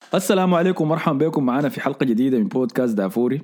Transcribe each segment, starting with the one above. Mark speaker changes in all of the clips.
Speaker 1: السلام عليكم ومرحبا بكم معنا في حلقة جديدة من بودكاست دافوري.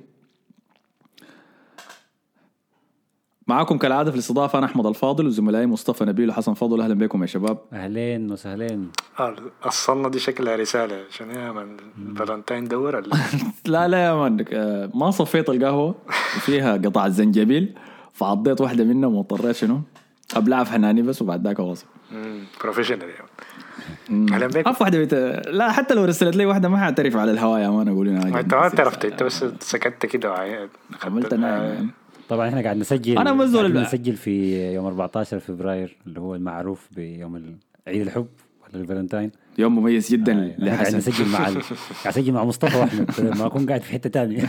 Speaker 1: معاكم كالعادة في الاستضافة أنا أحمد الفاضل وزملائي مصطفى نبيل وحسن فاضل. أهلا بكم يا شباب.
Speaker 2: أهلين وسهلين.
Speaker 3: الصلنا دي شكلها رسالة عشان يا من فالنتين دور
Speaker 1: لا يا مان، ما صفيت القهوة وفيها قطع الزنجبيل فعضيت واحدة منهم واضطريت شنو أبلعها في حناني بس وبعد ذاك واصل.
Speaker 3: بروفيشنال يعني. أهلا بكم.
Speaker 1: واحدة لا حتى لو رسلت لي واحدة ما حاعترف على الهواء يا مان، أقول أنا
Speaker 3: أنت ما اعترفت، أنت بس سكت كده
Speaker 1: عملت نايم.
Speaker 2: طبعا احنا قاعد نسجل،
Speaker 1: أنا بنزل
Speaker 2: نسجل في يوم 14 فبراير اللي هو المعروف بيوم عيد الحب ولا الفالنتين.
Speaker 1: يوم مميز جدا لحسن.
Speaker 2: قاعد نسجل قاعد نسجل مع مصطفى واحمد ما اكون قاعد في حتة تانية.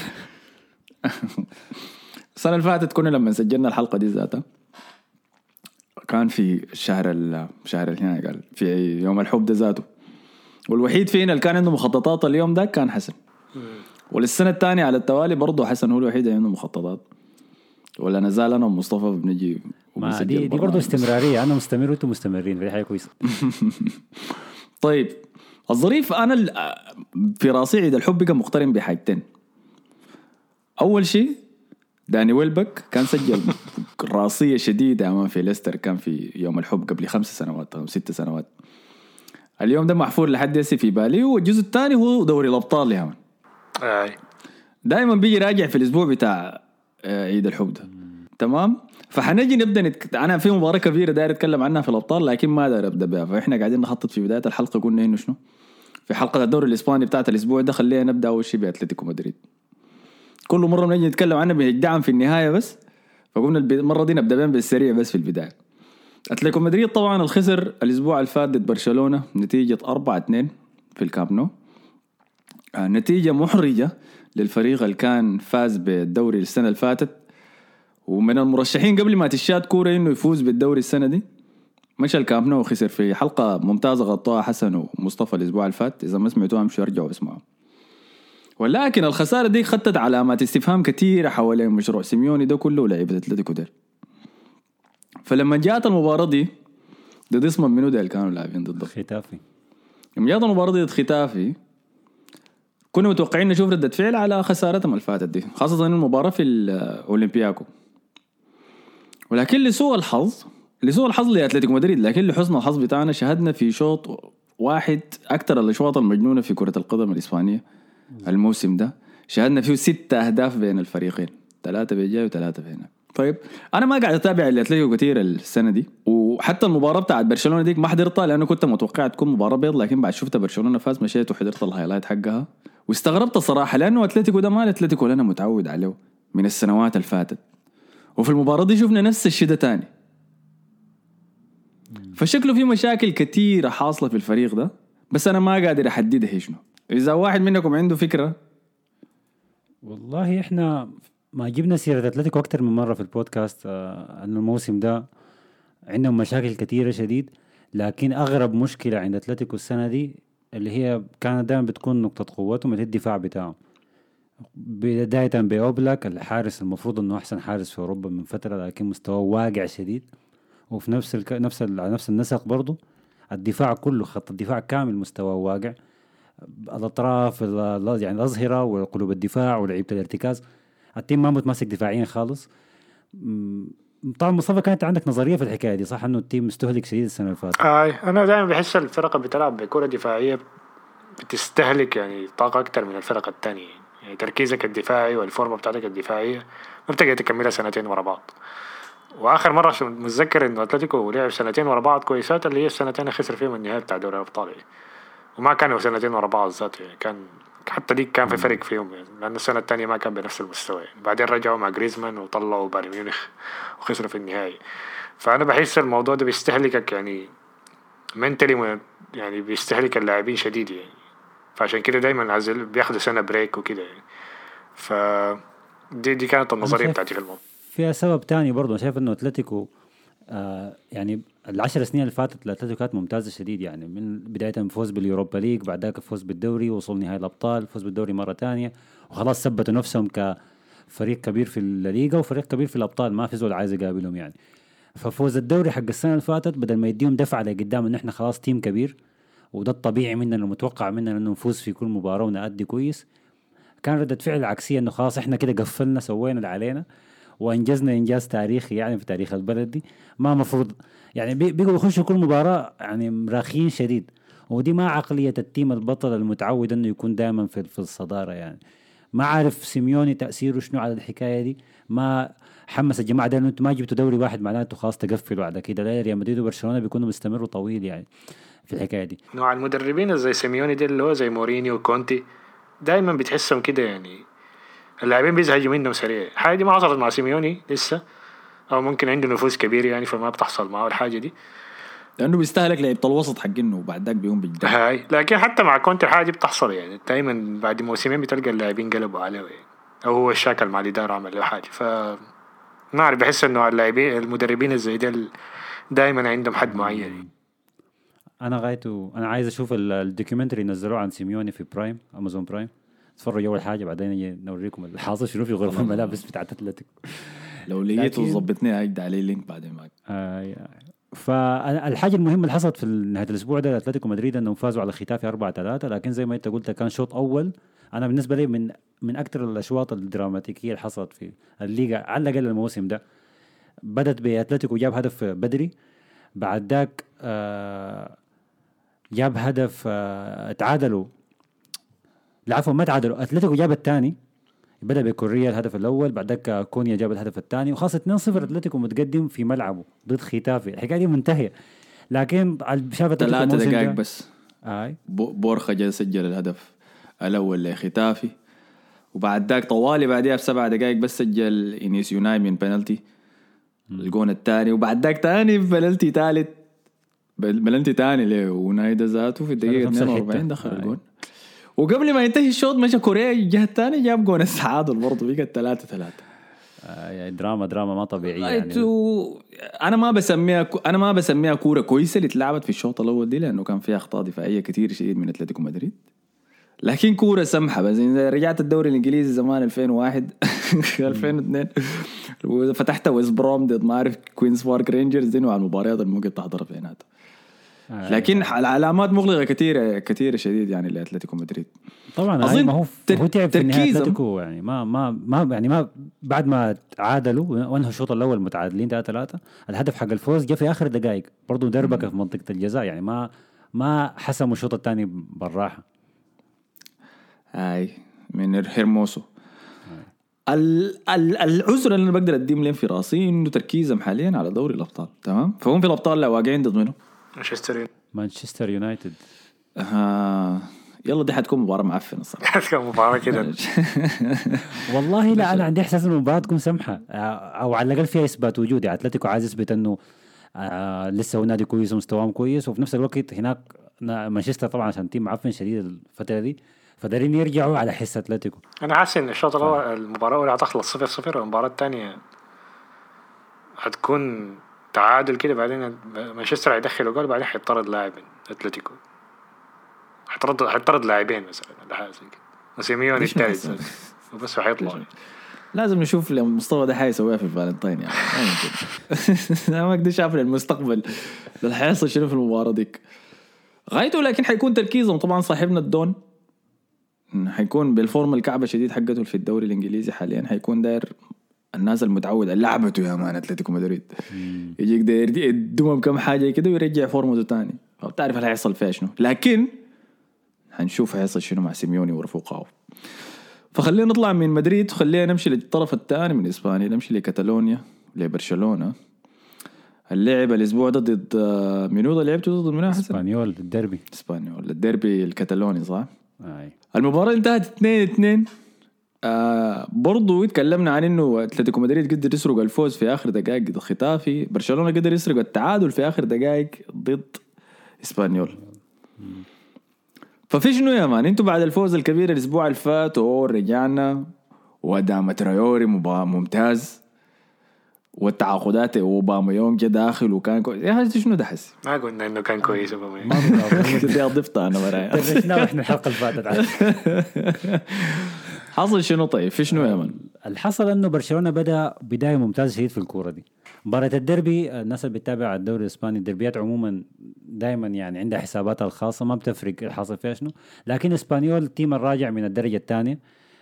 Speaker 1: السنة اللي فاتت كنا لما سجلنا الحلقة دي ذاتها كان في شهر هنا قال في يوم الحب ده ذاته، والوحيد فينا اللي كان عنده مخططات اليوم ده كان حسن. وللسنة الثانية على التوالي برضه حسن هو الوحيد اللي عنده مخططات، ولا نزال أنا ومصطفى بنجي
Speaker 2: ما دي برضه استمرارية، أنا مستمر وأنتم مستمرين في حاجة كويسة.
Speaker 1: طيب الظريف أنا في راسي عيد الحب كان مقترن بحاجتين. أول شيء داني ويلبك كان سجل راسية شديدة أمام في ليستر، كان في يوم الحب قبل 5 سنوات أو 6 سنوات. اليوم ده محفور لحد يسي في بالي، والجزء الثاني هو دوري الأبطال يا مان. دائما بيجي راجع في الأسبوع بتاع عيد الحب ده. تمام، فحنجي نبدأ أنا في مباراة كبيرة داير أتكلم عنها في الأبطال لكن ما داير أبدأ بها، فإحنا قاعدين نخطط في بداية الحلقة قلنا إنه شنو في حلقة الدوري الإسباني بتاعت الأسبوع ده خلينا نبدأ أول شيء بأتلتيكو مدريد. كل مرة بنجي نتكلم عنها بندعم في النهاية بس، فقلنا المرة دي نبدأ بين بالسريع بس في البداية. أتلتيكو مدريد طبعا الخسر الأسبوع الفات ضد برشلونة نتيجة 4-2 في الكامب نو. نتيجة محرجة للفريق اللي كان فاز بالدوري السنة اللي فاتت ومن المرشحين قبل ما تشاد كورة إنه يفوز بالدوري السنة دي. مشى الكامب نو وخسر في حلقة ممتازة غطاها حسن ومصطفى الأسبوع الفات، إذا ما سمعتوها امشوا ارجعوا اسمعوا. ولكن الخسارة دي خطت علامات استفهام كثيرة حوالين مشروع سيميوني ده كله ولاعيبة أتلتيكو ده. فلما جاءت المباراة دي ضد اسمه منو ده اللي كانوا لاعبين ضده
Speaker 2: ختافي،
Speaker 1: لما جاءت المباراة ضد ختافي كنا متوقعين نشوف ردة فعل على خسارتهم الفاتت دي، خاصة المباراة في الأولمبياكو. ولكن لسوء الحظ لأتلتيكو مدريد، لكن لحسن الحظ بتاعنا شاهدنا في شوط واحد أكتر الأشواط المجنونة في كرة القدم الإسبانية الموسم ده. شاهدنا فيه 6 أهداف بين الفريقين، 3 بيجاي و3 بينك. طيب أنا ما قاعد أتابع الأتلتيكو كتير السنة دي، وحتى المباراة بتاعت برشلونة ديك ما حضرتها لأنه كنت متوقع تكون مباراة بيض، لكن بعد شفت برشلونة فاز مشيت وحضرت الهايلايت حقها واستغربت الصراحة، لأنه أتلتيكو ده ما الأتلتيكو لنا متعود عليه من السنوات الفاتت، وفي المباراة دي شفنا نفس الشيء ده تاني. فشكله في مشاكل كتيرة حاصلة في الفريق ده، بس أنا ما قادر أحددها شنو. إذا واحد منكم عنده فكرة.
Speaker 2: والله إحنا ما جبنا سيرة أتلتيكو أكتر من مرة في البودكاست، أنه الموسم ده عندهم مشاكل كتيرة شديد، لكن أغرب مشكلة عند أتلتيكو السنة دي اللي هي كانت دائما بتكون نقطة قوتهم الدفاع بتاعهم، بداية بأوبلاك الحارس المفروض أنه أحسن حارس في أوروبا من فترة، لكن مستواه واقع شديد. وفي نفس النسق برضو الدفاع كله، خط الدفاع كامل مستواه واقع، الأطراف يعني الأظهرة وقلوب الدفاع ولعيبة الارتكاز، التيم ما متماسك دفاعيا خالص. طبعا مصطفى كانت عندك نظرية في الحكاية دي صح، أنه التيم مستهلك شديد السنة اللي فاتت؟
Speaker 3: أنا دائما بحس الفرقة بتلعب بكرة دفاعية بتستهلك يعني طاقة أكتر من الفرقة التانية، يعني تركيزك الدفاعي والفورمة بتاعتك الدفاعية ما بتقدر تكملها 2 ورا بعض. وآخر مرة متذكر إنه أتلتيكو لعب 2 ورا بعض كويسات اللي هي 2 خسر فيهم النهاية بتاع دوري الأبطال، وما كانوا 2 ورا بعض ذات، يعني كان حتى دي كان في فرق فيهم، يعني لأن السنة التانية ما كان بنفس المستوى، يعني بعدين رجعوا مع غريزمان وطلعوا بايرن ميونخ وخسروا في النهاية. فأنا بحس الموضوع ده بيستهلكك يعني منتلي، يعني بيستهلك اللاعبين شديد يعني، فعشان كده دايما عزل بياخدوا سنة بريك وكده يعني. دي كانت النظرية بتاعتي في الموضوع.
Speaker 2: فيها سبب تاني برضو، أنا شايف إنه أتلتيكو يعني 10 سنين اللي فاتت الأتلتيكو كانت ممتازة شديد، يعني من بداية فوز باليوروبا ليج، بعد ذاك فوز بالدوري، وصل نهائي الأبطال، فوز بالدوري مرة تانية، وخلاص ثبتوا نفسهم كفريق كبير في الليغا وفريق كبير في الأبطال، ما في زول عايز يقابلهم يعني. ففوز الدوري حق السنة اللي فاتت بدل ما يديهم دفعة لقدام إن إحنا خلاص تيم كبير وده الطبيعي مننا المتوقع مننا انه نفوز في كل مباراه ونأدي كويس. كان ردة فعل عكسيه انه خلاص احنا كده قفلنا سوينا اللي علينا وانجزنا انجاز تاريخي يعني في تاريخ البلد دي. ما مفروض يعني بيقوا يخشوا كل مباراه يعني مراخين شديد، ودي ما عقليه التيم البطل المتعود انه يكون دائما في الصداره. يعني ما عارف سيميوني تاثيره شنو على الحكايه دي، ما حمس الجماعه ده انه انتم ما جبتوا دوري واحد معناته خلاص تقفلوا على كده. لا، ريال مدريد وبرشلونه بيكونوا مستمروا طويل يعني في الحكايه دي.
Speaker 3: نوع المدربين زي سيميوني دي اللي هو زي مورينيو وكونتي دايما بتحسهم كده يعني اللاعبين بيزهجوا منهم سريع. الحاجه دي ما حصلت مع سيميوني لسه، او ممكن عنده نفوذ كبير يعني فما بتحصل معه الحاجه دي،
Speaker 1: لانه بيستهلك لعيبه الوسط حقينه وبعد ذاك بيقوم بالجديد.
Speaker 3: هاي لكن حتى مع كونتي الحاجه دي بتحصل يعني دايما بعد موسمين بتلقى اللاعبين قلبوا عليه يعني. او هو الشاكل مع الاداره عمل له حاجه. ف ما اعرف، بحس انه اللاعبين المدربين زي دول دائما عندهم حد معين.
Speaker 2: انا غايته انا عايز اشوف الدوكيومنتري نزلوه عن سيميوني في برايم، امازون برايم. اتفرجوا اول حاجه بعدين نجي نوريكم الحاصل شنو في غرفه الملابس بتاعت اتلتيكو.
Speaker 1: لو لقيته ظبطني هيدا عليه لينك بعدين معك.
Speaker 2: فالحاجه المهمه اللي حصلت في نهايه الاسبوع ده اتلتيكو مدريد انهم فازوا على ختافي 4-3، لكن زي ما انت قلت كان شوط اول انا بالنسبه لي من اكثر الاشواط الدراماتيكيه اللي حصلت في الليغا على الاقل الموسم ده. بدت باتلتيكو جاب هدف بدري، بعد ذاك جاب هدف تعادلوا، لا عفوا ما تعادلوا، اتلتيكو جاب الثاني بدأ بكوريا الهدف الأول، بعد ذاك كونيا جاب الهدف الثاني وخاصة 2-0 اتلتيكو متقدم في ملعبه ضد ختافي. الحكاية دي منتهية، لكن شافت
Speaker 1: 3 دقائق بس بورخا جاء سجل الهدف الأول لختافي، وبعد ذاك طوالي بعدها ب7 دقائق بس سجل إنيس يوناي من بنالتي الجون الثاني، وبعد ذاك ثاني بنالتي ثالث بنالتي ثاني له ونايدا ذاته في الدقيقة 42 دخل الجون. وقبل ما ينتهي الشوط مشى كوريا الجهة الثانية جاب جون السعادة برضه بقت 3-3.
Speaker 2: يعني دراما ما طبيعية يعني.
Speaker 1: أنا ما بسميها كورة كويسة اللي اتلعبت في الشوط الأول دي لأنه كان فيها أخطاء دفاعية كتير شديد من أتلتيكو مدريد، لكن كورة سمحة. بس إذا رجعت الدوري الإنجليزي زمان 2001 2002 وفتحت ويست بروم ضد ما أعرف كوينز بارك رينجرز دي نوع المباريات اللي ممكن تحضر بيناتهم. لكن العلامات مغلقة كثيرة شديد يعني لأتلتيكو مدريد.
Speaker 2: طبعا ما هو تعب في النهاية أتلتيكو يعني ما بعد ما تعادلوا وانهوا الشوط الأول متعادلين 3-3 الهدف حق الفوز جاء في آخر دقائق برضو دربكة في منطقة الجزاء، يعني ما حسموا الشوط الثاني بالراحة.
Speaker 1: هاي من هيرموسو. العذر اللي انا بقدر اديم لين في راسي انه تركيزهم حاليا على دوري الابطال، تمام؟ فهم في الابطال لا واقعين ضد منه
Speaker 2: مانشستر يونايتد.
Speaker 1: يلا دي حتكون مباراه معفنه الصراحه.
Speaker 3: حتكون مباراه كده
Speaker 2: والله لا انا عندي احساس ان المباراه تكون سمحه او على الاقل فيها اثبات وجود. يعني اتلتيكو عايز يثبت انه لسه هو نادي كويس ومستواهم كويس، وفي نفس الوقت هناك مانشستر طبعا عشان تيم معفن شديد الفتره دي فدارين يرجعوا على حس اتلتيكو.
Speaker 3: انا حاسس ان الشوط الاول المباراه الاولى هتخلص 0-0 والمباراه الثانيه هتكون تعادل كده، بعدين مانشستر هيدخل جول بعدين هيطرد لاعب اتلتيكو، هيطرد لاعبين مثلا ولا حاجه زي كده وسيميوني الثالث وبس هيطلع.
Speaker 1: لازم نشوف المستوى ده حيسويها في الفالنتين يعني انا ما اقدرش اعرف المستقبل اللي حيحصل شنو في المباراه ديك غايته، لكن حيكون تركيزهم طبعا صاحبنا الدون حيكون بالفورم الكعبه شديد حقته في الدوري الانجليزي حاليا، حيكون داير الناس المتعودة لعبته يا مان اتلتيكو مدريد يجيك داير يدوم كم حاجه كده ويرجع فورمته تاني، فبتعرف هل هيحصل فيها شنو، لكن هنشوف هيحصل شنو مع سيميوني ورفقائه. فخلينا نطلع من مدريد وخلينا نمشي للطرف الثاني من اسبانيا، نمشي لكاتالونيا لبرشلونة. اللعب الاسبوع ده ضد منو لعبته ضد منو؟
Speaker 2: اسبانيول
Speaker 1: الديربي الكتالوني صح؟ المباراة انتهت 2-2. برضو اتكلمنا عن انه اتلتيكو مدريد قدر يسرق الفوز في اخر دقائق ضد ختافي، برشلونة قدر يسرق التعادل في اخر دقائق ضد اسبانيول. ففي شنو يا مان انتوا بعد الفوز الكبير الاسبوع اللي فات رجعنا ودعم ترايوري ممتاز والتعاقدات اوباميونج جا داخل وكان يا هذا شنو ده حس
Speaker 3: ما قلنا انه كان كويس اوباميونج
Speaker 1: كده ضفته انا ورايا
Speaker 2: درجنا احنا الحلقه اللي فاتت
Speaker 1: حصل شنو طيب في شنو يا مان؟
Speaker 2: الحصل انه برشلونه بدا بدايه ممتازه شديد في الكوره دي، مباراة الديربي، الناس اللي بتتابع الدوري الاسباني الدربيات عموما دائما يعني عندها حساباتها الخاصة، ما بتفرق الحاصل فيها شنو. لكن اسبانيول تيم الراجع من الدرجة الثانية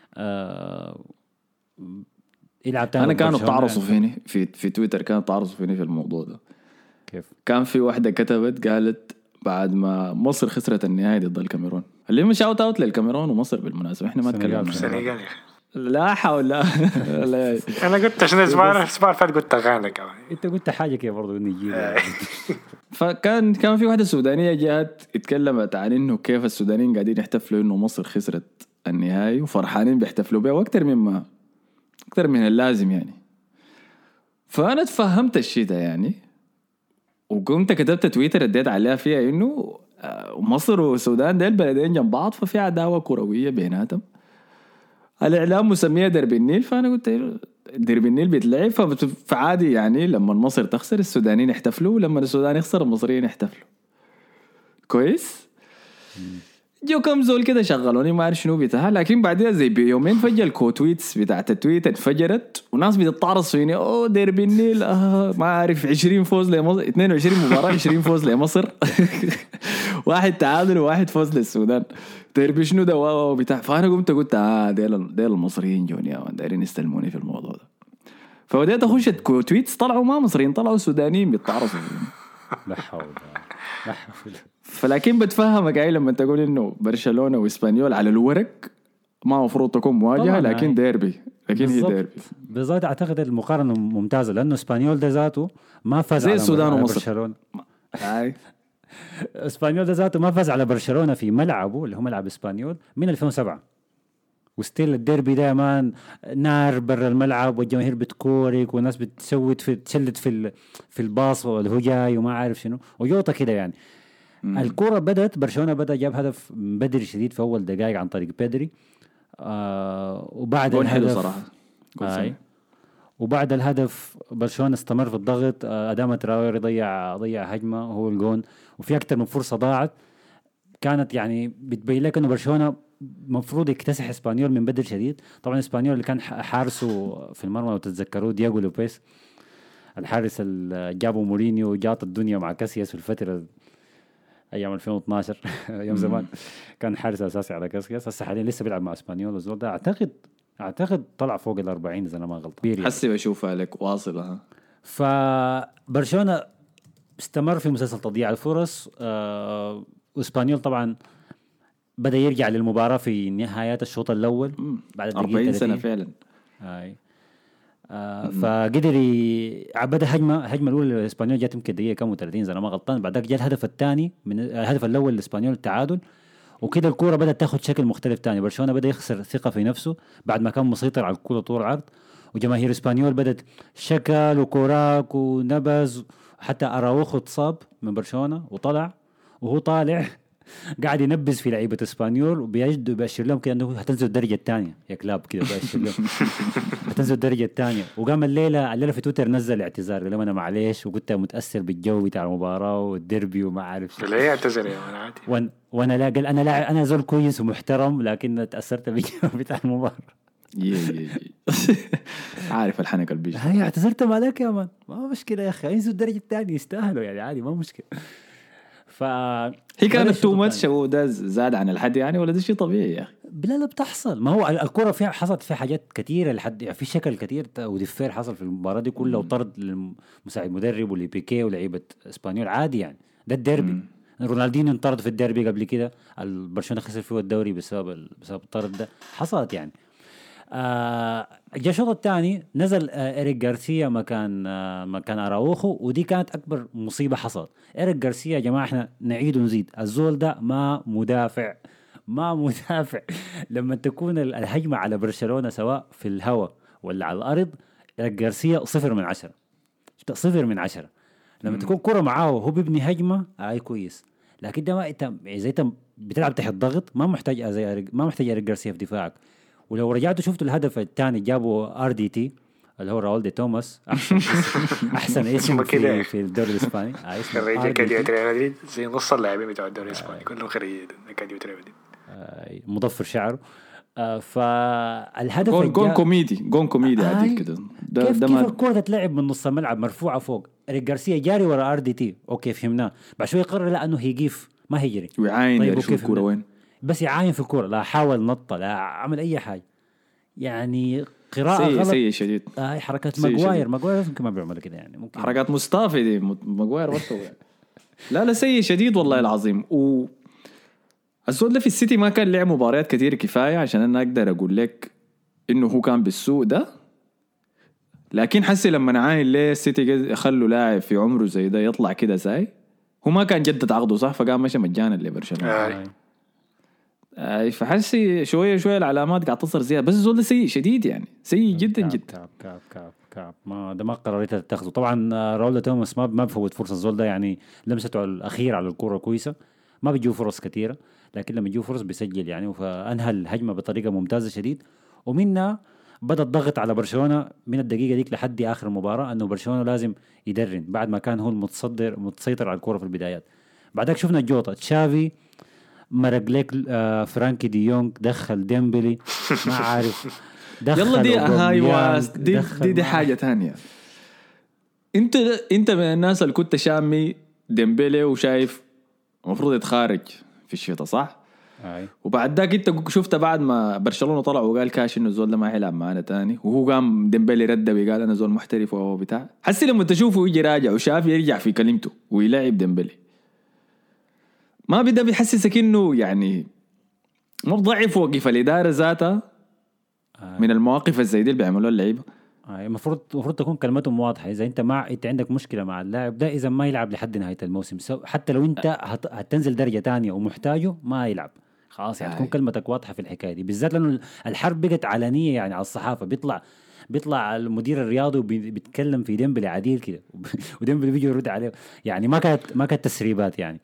Speaker 2: يلعب تاني
Speaker 1: انا
Speaker 2: ضد
Speaker 1: كانوا
Speaker 2: برشلونة
Speaker 1: تعرصوا
Speaker 2: يعني.
Speaker 1: فيني في تويتر، كانوا تعرصوا فيني في الموضوع ده.
Speaker 2: كيف؟
Speaker 1: كان في واحدة كتبت قالت بعد ما مصر خسرت النهائي ضد الكاميرون، اللي مش شاوت اوت للكاميرون ومصر بالمناسبة، احنا ما
Speaker 2: السنغال.
Speaker 1: تكلمنا.
Speaker 3: سنغال يا أخي.
Speaker 1: لا حول لا لا.
Speaker 3: انا قلت عشان اسبوع فات قلت غانا كمان.
Speaker 2: انت قلت حاجة كده برضه نجيب.
Speaker 1: فكان في واحدة سودانية جات اتكلمت عن انه كيف السودانيين قاعدين يحتفلوا انه مصر خسرت النهائي وفرحانين بيحتفلوا بها واكثر من اللازم يعني. فانا تفهمت الشيء ده يعني، وقمت كتبت تويتر اديت عليها فيها انه مصر والسودان ديل بلدين جنب بعض، ففي عداوة كروية بيناتهم. الاعلام مسميها درب النيل، فانا قلت درب النيل بيتلعب فعادي يعني، لما مصر تخسر السودانيين يحتفلوا، ولما السودان يخسر المصريين يحتفلوا. كويس. جو كم زول كده شغلوني ما عارف شنو بتاعها، لكن بعدها زي بيومين فجأة الكوتويتس بتاعت التويت انفجرت وناس بتتعرض فيني درب النيل ما عارف 20 فوز لمصر، 22 مباراة 20 فوز لمصر 1 تعادل و1 فوز للسودان، درب شنو ده بتاع. فأنا قلت ديل المصريين جوني دايرين يستلموني في الموضوع ده. فبدأت أخش الكوتويتس طلعوا ما مصريين، طلعوا سودانيين بيتعرضوا.
Speaker 2: لا حول لا حول.
Speaker 1: فلكن بتفهمك أي لما تقول إنه برشلونة وإسبانيول على الورق ما مفروض تكون مواجهة، لكن ديربي، لكن هي ديربي
Speaker 2: بالضبط. أعتقد المقارنة ممتازة لأنه إسبانيول ده ذاته ما فاز
Speaker 1: زي السودان ومصر.
Speaker 2: برشلونة. إسبانيول ده ذاته ما فاز على برشلونة في ملعبه اللي هو ملعب إسبانيول من 2007، وستيل الديربي ده مان نار برا الملعب والجماهير بتكورك والناس بتسوي تشلت في الباص اللي هو جاي وما عارف شنو ويوطة كده يعني. الكرة بدأت برشلونة جاب هدف بدري شديد في أول دقائق عن طريق بيدري، وبعد الهدف صراحة. وبعد الهدف برشلونة استمر في الضغط، أدام تراوري ضيع هجمة وهو الجون، وفي أكتر من فرصة ضاعت كانت يعني بتبين لك إنه برشلونة مفروض يكتسح إسبانيول من بدري شديد. طبعا إسبانيول اللي كان حارسه في المرمى لو تتذكروه دياغو لوبيس، الحارس اللي جابه مورينيو جاط الدنيا مع كاسياس في الفترة ايام 2012 يوم زمان كان حارس اساسي على كاسياس. هسه حاليا لسه بيلعب مع اسبانيول والزول ده اعتقد طلع فوق ال40 اذا انا ما غلطان.
Speaker 1: حسي بشوفها لك واصله.
Speaker 2: فبرشلونة استمر في مسلسل تضييع الفرص، واسبانيول طبعا بدا يرجع للمباراه في نهايات الشوط الاول بعد
Speaker 1: 40 سنه فعلا.
Speaker 2: فقدر بدا هجمه الاولى للاسبانيول جات يمكن دقيقه كم 30 اذا ما غلطان. بعدك جاء الهدف الثاني من الهدف الاول للاسبانيول التعادل، وكده الكوره بدات تاخذ شكل مختلف ثاني. برشلونه بدا يخسر ثقه في نفسه بعد ما كان مسيطر على الكوره طول العرض، وجماهير اسبانيول بدات شكل وكوراك ونبز، حتى اراوخو اتصاب من برشلونه وطلع، وهو طالع قاعد ينبز في لعيبه اسبانيول وبيشير لهم كده انه هتنزل الدرجه الثانيه يا كلاب كده، بيشير لهم هتنزل الدرجه الثانيه. وقام الليله في تويتر نزل اعتذار قال انا معليش وكنت متاثر بالجو بتاع المباراه والديربي وما عارف شو.
Speaker 3: ليه اعتذر يا مان عادي؟
Speaker 2: وانا لا قال انا لاعب، انا زول كويس ومحترم لكن تاثرت بالجو بتاع المباراه.
Speaker 1: عارف الحنك البيج
Speaker 2: هي اعتذرت مالك يا مان، ما مشكله يا اخي ينزل الدرجه الثانيه يستاهلوا يعني عادي ما مشكله.
Speaker 1: هي كانت تو ماتش وده زاد عن الحد يعني، ولا ده شيء طبيعي يا اخي؟
Speaker 2: لا بتحصل، ما هو الكرة فيها حصلت فيها حاجات كثيرة لحد يعني في شكل كثير ودفير حصل في المباراة دي كلها، وطرد للمساعد مدرب ولبيكي ولعيبة اسبانيول عادي يعني. ده الديربي. رونالدينيو انطرد في الديربي قبل كده، برشلونة خسر فيه الدوري بسبب الطرد ده، حصلت يعني. جاء الشوط الثاني نزل إيريك غارسيا مكان أراوخو، ودي كانت أكبر مصيبة حصلت. إيريك غارسيا يا جماعة احنا نعيد ونزيد، الزول ده ما مدافع لما تكون الهجمة على برشلونة سواء في الهواء ولا على الأرض، إيريك غارسيا 0 من 10 0 من 10. لما تكون كرة معاه وهو بيبني هجمة كويس، لكن ده ما إذا بتلعب تحت ضغط ما محتاج إيريك غارسيا في دفاعك. ولو رجعتوا شفتوا الهدف الثاني جابوا RDT اللي هو راول دي توماس، احسن اسم في الدوري الاسباني.
Speaker 3: خريج اكاديمية ريال مدريد زي نص اللاعبين بتوع الدوري الاسباني كلهم خريج اكاديمية ريال مدريد.
Speaker 2: مضفر شعره. فالهدف
Speaker 1: جون كوميدي عادي كده.
Speaker 2: كيف الكرة تتلعب من نص الملعب مرفوعة فوق، إريك جارسيا جاري ورا RDT، اوكي فهمناه. بعد شوي يقرر لا انه هيقيف ما هيجري
Speaker 1: ويعاين
Speaker 2: طيب
Speaker 1: يشوف الكرة وين،
Speaker 2: بس يعاين في الكرة، لا حاول نطة لا عمل اي حاجة. يعني قراءة غلط
Speaker 1: سيء شديد.
Speaker 2: حركات ماجواير ممكن ما بيعمل كده يعني، ممكن
Speaker 1: حركات مصطفى دي ماجواير برضه لا سيء شديد والله العظيم. الزول ده في السيتي ما كان لعب مباريات كتير كفاية عشان أنا أقدر أقول لك إنه هو كان بالسوء ده. لكن حسي لما نعاين ليه السيتي خلوا لاعب في عمره زي ده يطلع كده زي هو ما كان جدد عقده صح، فقام مشى مجانا لبرشلونة. فحسي شوية العلامات قاعد تصير زيادة، بس الزول ده سيء شديد يعني، سيء جدا جدا.
Speaker 2: كاب ما ده ما قررت تاخذه طبعا. راول توماس ما بفوت فرصة الزول ده، يعني لمسته الأخيرة على الكرة كويسة، ما بيجوا فرص كثيرة، لكن لما يجوا فرص بيسجل يعني. فأنهى الهجمة بطريقة ممتازة شديد، ومنها بدأ الضغط على برشلونة من الدقيقة ديك لحد آخر المباراة أنه برشلونة لازم يدرن بعد ما كان هو متسيطر على الكرة في البدايات. بعدك شفنا جوطة تشافي مرق لك فرانكي دي يونغ، دخل ديمبلي ما عارف دخل
Speaker 1: يلا دي هاي واس دي حاجة تانية. انت من الناس اللي كنت شامي ديمبلي وشايف المفروض يتخارج في الشتاء صح؟ وبعد ذاك انت شفت بعد ما برشلونة طلع وقال كاش انه الزول ده ما حيلعب معانا تاني، وهو قام ديمبلي رد وقال انا زول محترف وهو بتاع. حسي لما تشوفه يجي راجع وشاف يرجع في كلمته ويلاعب ديمبلي، ما بدا بيحسسك انه يعني مو ضعيف وقف الاداره ذاتها من المواقف الزي دي اللي بيعملوها اللعيبه.
Speaker 2: المفروض تكون كلمتهم واضحه. اذا انت عندك مشكله مع اللاعب ده، اذا ما يلعب لحد نهايه الموسم، حتى لو انت هتنزل درجه تانية ومحتاجه ما يلعب خلاص. يعني تكون كلمتك واضحه في الحكايه دي بالذات، لانه الحرب بقت علنيه يعني على الصحافه. بيطلع المدير الرياضي وبيتكلم في ديمبلي عديل كده وديمبلي بيجي يرد عليه. يعني ما كانت تسريبات يعني.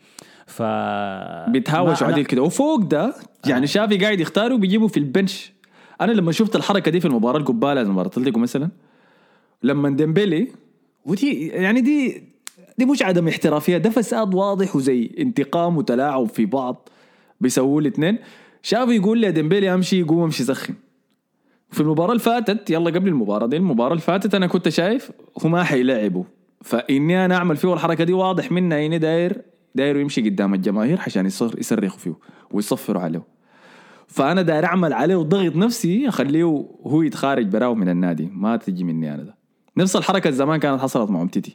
Speaker 1: بيتهاوش عديل كده. وفوق ده يعني شافي قاعد يختاره وبيجيبه في البنش. انا لما شفت الحركه دي في المباراه القباله زي مباراه اتلتيكو مثلا، لما ديمبلي ودي يعني دي مش عدم احترافيه، ده فساد واضح وزي انتقام وتلاعب في بعض بيسووا الاثنين. شافي يقول لي ديمبلي امشي، يقوم امشي سخن. في المباراه اللي فاتت يلا قبل المباراه اللي فاتت انا كنت شايف هو ما حيلعبه، فاني انا اعمل فيه الحركه دي واضح منها اني داير يمشي قدام الجماهير عشان يصرخوا فيه ويصفروا عليه. فانا داير اعمل عليه وضغط نفسي اخليه هو يتخارج براو من النادي، ما تجي مني انا. ده نفس الحركه زمان كانت حصلت مع امتيتي.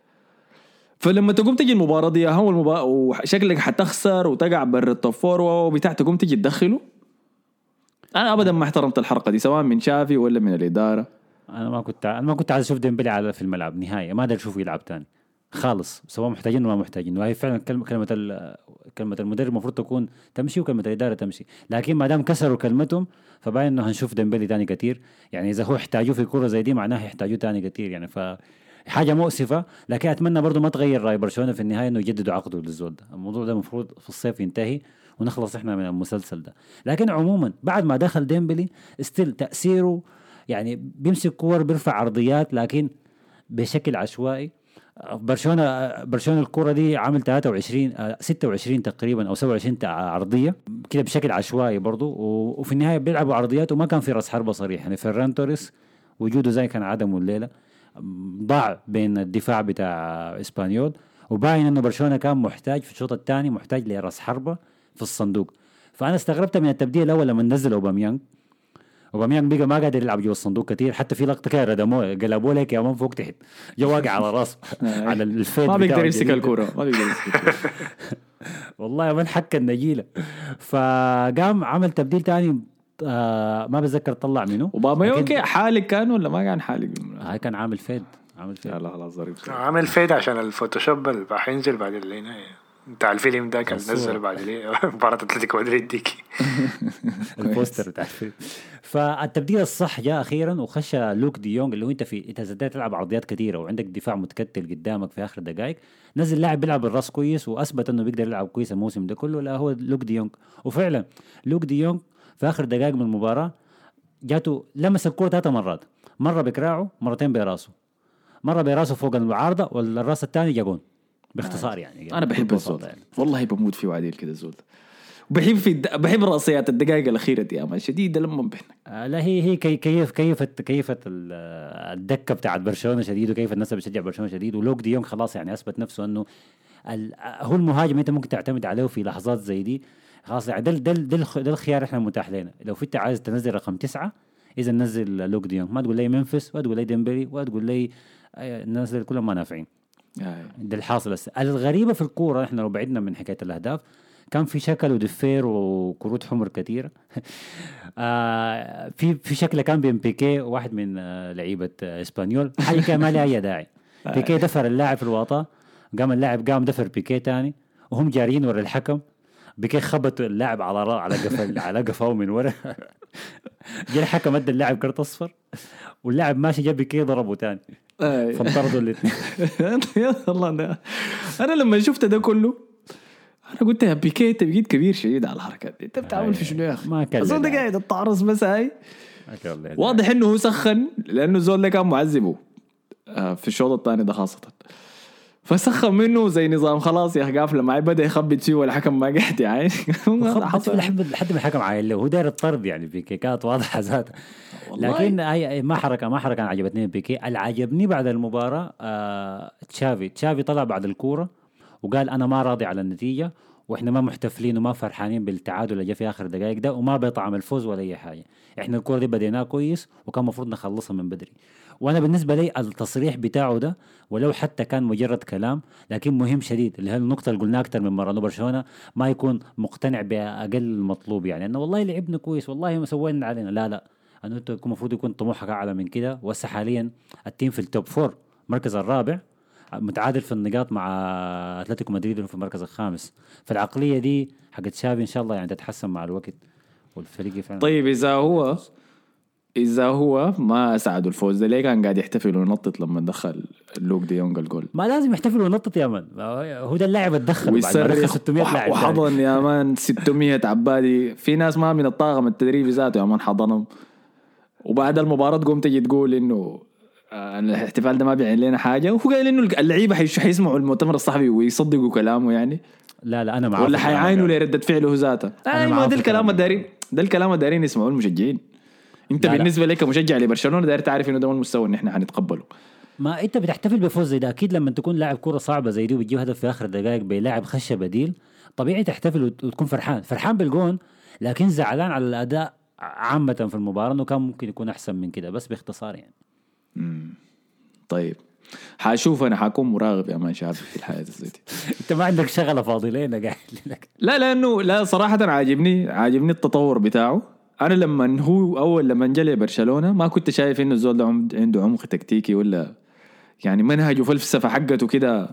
Speaker 1: فلما تقوم تجي المباراه دي وشكلك حتخسر وتقع برا التوب فور وبتاع، تقوم تجي تدخله. انا ابدا ما احترمت الحركه دي سواء من شافي ولا من الاداره.
Speaker 2: انا ما كنت عايز اشوف ديمبلي في الملعب نهائيا، ما ادري اشوفه يلعب تاني خالص، سواء محتاجين ولا ما محتاجين. وهي فعلا كلمه المدرب المفروض تكون تمشي وكلمه الاداره تمشي، لكن ما دام كسروا كلمتهم فباين انه هنشوف ديمبلي تاني كتير. يعني اذا هو احتاجوه في كرة زي دي معناه يحتاجوه تاني كتير يعني. حاجه مؤسفه، لكن اتمنى برضو ما تغير راي برشلونه في النهايه انه يجددوا عقده للزول ده. الموضوع ده المفروض في الصيف ينتهي ونخلص احنا من المسلسل ده. لكن عموما بعد ما دخل ديمبلي استيل تاثيره يعني بيمسك كور بيرفع عرضيات لكن بشكل عشوائي. برشلونه الكره دي عامل 26 تقريبا او 27 عرضيه كده بشكل عشوائي برضو. وفي النهايه بيلعبوا عرضيات وما كان في راس حربه صريح. يعني فيران توريس وجوده زي كان عدمه الليله، ضاع بين الدفاع بتاع اسبانيول. وباين انه برشلونه كان محتاج في الشوط الثاني محتاج لراس حربه في الصندوق. فانا استغربت من التبديل الاول لما نزل اوباميانج بقى ما قادر يلعب جوا الصندوق كتير. حتى في لقطه كده ردموه قلبوه لك يا مان فوق تحت، جو واقع على راسه على الفيد
Speaker 1: ما بيقدر يمسك الكوره
Speaker 2: والله من حك النجيله. فقام عمل تبديل تاني ما بتذكر طلع منه.
Speaker 1: وباميانج حالق كان ولا ما كان حالق؟
Speaker 2: هاي كان عامل فيد
Speaker 1: لا خلاص ظريف.
Speaker 3: عامل فيد عشان الفوتوشوب اللي حينزل بعد اللينا بتاع الفيلم ده كان نزل بعد ليه مباراة اتلتيكو مدريد ديكي
Speaker 2: البوستر بتاع الفيلم. فالتبديل الصح جاء اخيرا وخش لوك دي يونغ اللي هو انت زدت تلعب عرضيات كثيره وعندك دفاع متكتل قدامك في اخر دقائق. نزل لاعب بيلعب بالراس كويس واثبت انه بيقدر يلعب كويس الموسم ده كله، لا هو لوك دي يونغ. وفعلا لوك دي يونغ في اخر دقائق من المباراه جاته لمس الكره 3 مرات، مره بكراعه، مرتين براسه، مره براسه فوق العارضه والراس الثاني جا جون باختصار. يعني
Speaker 1: انا بحب الزول يعني. والله بموت فيه وعديل كده الزول. بحب رأسيات الدقائق الأخيرة دي يا مان شديدة لما بينك.
Speaker 2: لا هي كيفت الدكه بتاعت برشلونه شديد، وكيف الناس بتشجع برشلونه شديد. ولوك دي يونغ خلاص يعني اثبت نفسه انه هو المهاجم انت ممكن تعتمد عليه في لحظات زي دي. خلاص يعني ده الخيار احنا متاح لنا. لو انت عايز تنزل رقم 9 اذا نزل لوك دي يونغ، ما تقول لي منفس ولا تقول لي ديمبلي ولا تقول لي نزل كلهم ما نافعين. ده الحاصل. بس الغريبه في الكوره احنا لو بعدنا من حكايه الاهداف كان في شكل ودفير وكروت حمر كثير. في شكله كان بين بيكي وواحد من لعيبه اسبانيول، حاجه كان ما لها اي داعي. بيكي دفر اللاعب في الواطه، قام اللاعب قام دفر بيكي تاني وهم جاريين ورا الحكم. بيكي خبط اللاعب على قفاه من ورا. جاء الحكم ادى اللاعب كرت اصفر، واللاعب ماشي جاب بيكي ضربه تاني فانطردوا الاثنين.
Speaker 1: يا الله انا لما شفت ده كله انا قلت يا بيكي انت بقيت كبير شديد على الحركات دي، انت بتعمل في شنو يا اخي؟
Speaker 2: ما كان
Speaker 1: الزول ده قاعد التعرص بس هاي واضح انه هو سخن، لانه الزول ده كان معذبه في الشوط الثاني ده خاصه، فسخن منه زي نظام خلاص يا اخي قافله معي، بدا يخبط فيه والحكم ما قاعد يعني
Speaker 2: حصل لحد ما الحكم عايل له هو داير الطرد يعني. بيكي كانت واضحه ذاتها. لكن هي ما حركه عجبتني بيكي. اللي عجبني بعد المباراه تشافي طلع بعد الكوره وقال انا ما راضي على النتيجه، واحنا ما محتفلين وما فرحانين بالتعادل اللي جاء في اخر دقائق ده، وما بيطعم الفوز ولا اي حاجه. احنا الكوره دي بديناها كويس وكان المفروض نخلصها من بدري. وانا بالنسبه لي التصريح بتاعه ده ولو حتى كان مجرد كلام لكن مهم شديد، اللي هي النقطه اللي قلناها اكثر من مره، انه برشلونه ما يكون مقتنع باقل المطلوب، يعني انه والله لعبنا كويس والله ما سوينا علينا، لا انه انت المفروض يكون طموحك اعلى من كده. وهسه حاليا التيم في التوب 4 المركز الرابع متعادل في النقاط مع اتلتيكو مدريد في المركز الخامس. فالعقليه دي حقت شافي ان شاء الله يعني تتحسن مع الوقت والفريق فعلا.
Speaker 1: طيب اذا هو ما اسعدوا الفوز ده ليه كان قاعد يحتفل وينطط لما دخل لوك دي يونغ الجول؟
Speaker 2: ما لازم يحتفل وينطط يا مان، هو ده اللاعب اتدخل بعد ما دخل 600 لاعب
Speaker 1: وحضن يا مان 600 عبادي. في ناس ما من الطاقم التدريبي ذاته يا مان حضنهم، وبعد المباراه قوم تجي تقول انه الاحتفال ده ما بيعني لنا حاجه، وهو قال انه اللعيبه حيسمعوا المؤتمر الصحفي ويصدقوا كلامه يعني.
Speaker 2: لا انا معاه
Speaker 1: ولا حيعاينوا لردة فعله ذاته. ما ده الكلام الدارين، يسمعوا المشجعين. انت لا بالنسبه لك كمشجع لبرشلونه داير تعرف انه ده المستوى اللي احنا حنتقبله.
Speaker 2: ما انت بتحتفل بفوز زي ده اكيد لما تكون لاعب كره صعبه زي دي وبتجيب هدف في اخر دقائق بلاعب خشه بديل، طبيعي تحتفل وتكون فرحان بالجون، لكن زعلان على الاداء عامه في المباراه انه كان ممكن يكون احسن من كده. بس باختصار يعني
Speaker 1: طيب حاشوف انا حكون مراقب يا مان شاب في الحياه دي.
Speaker 2: انت ما عندك شغله فاضلين قاعد لك؟
Speaker 1: لا لانه لا صراحه عاجبني التطور بتاعه. انا لما جاء برشلونه ما كنت شايف انه الزول ده عنده عمق تكتيكي ولا يعني منهج وفلسفه حقته كده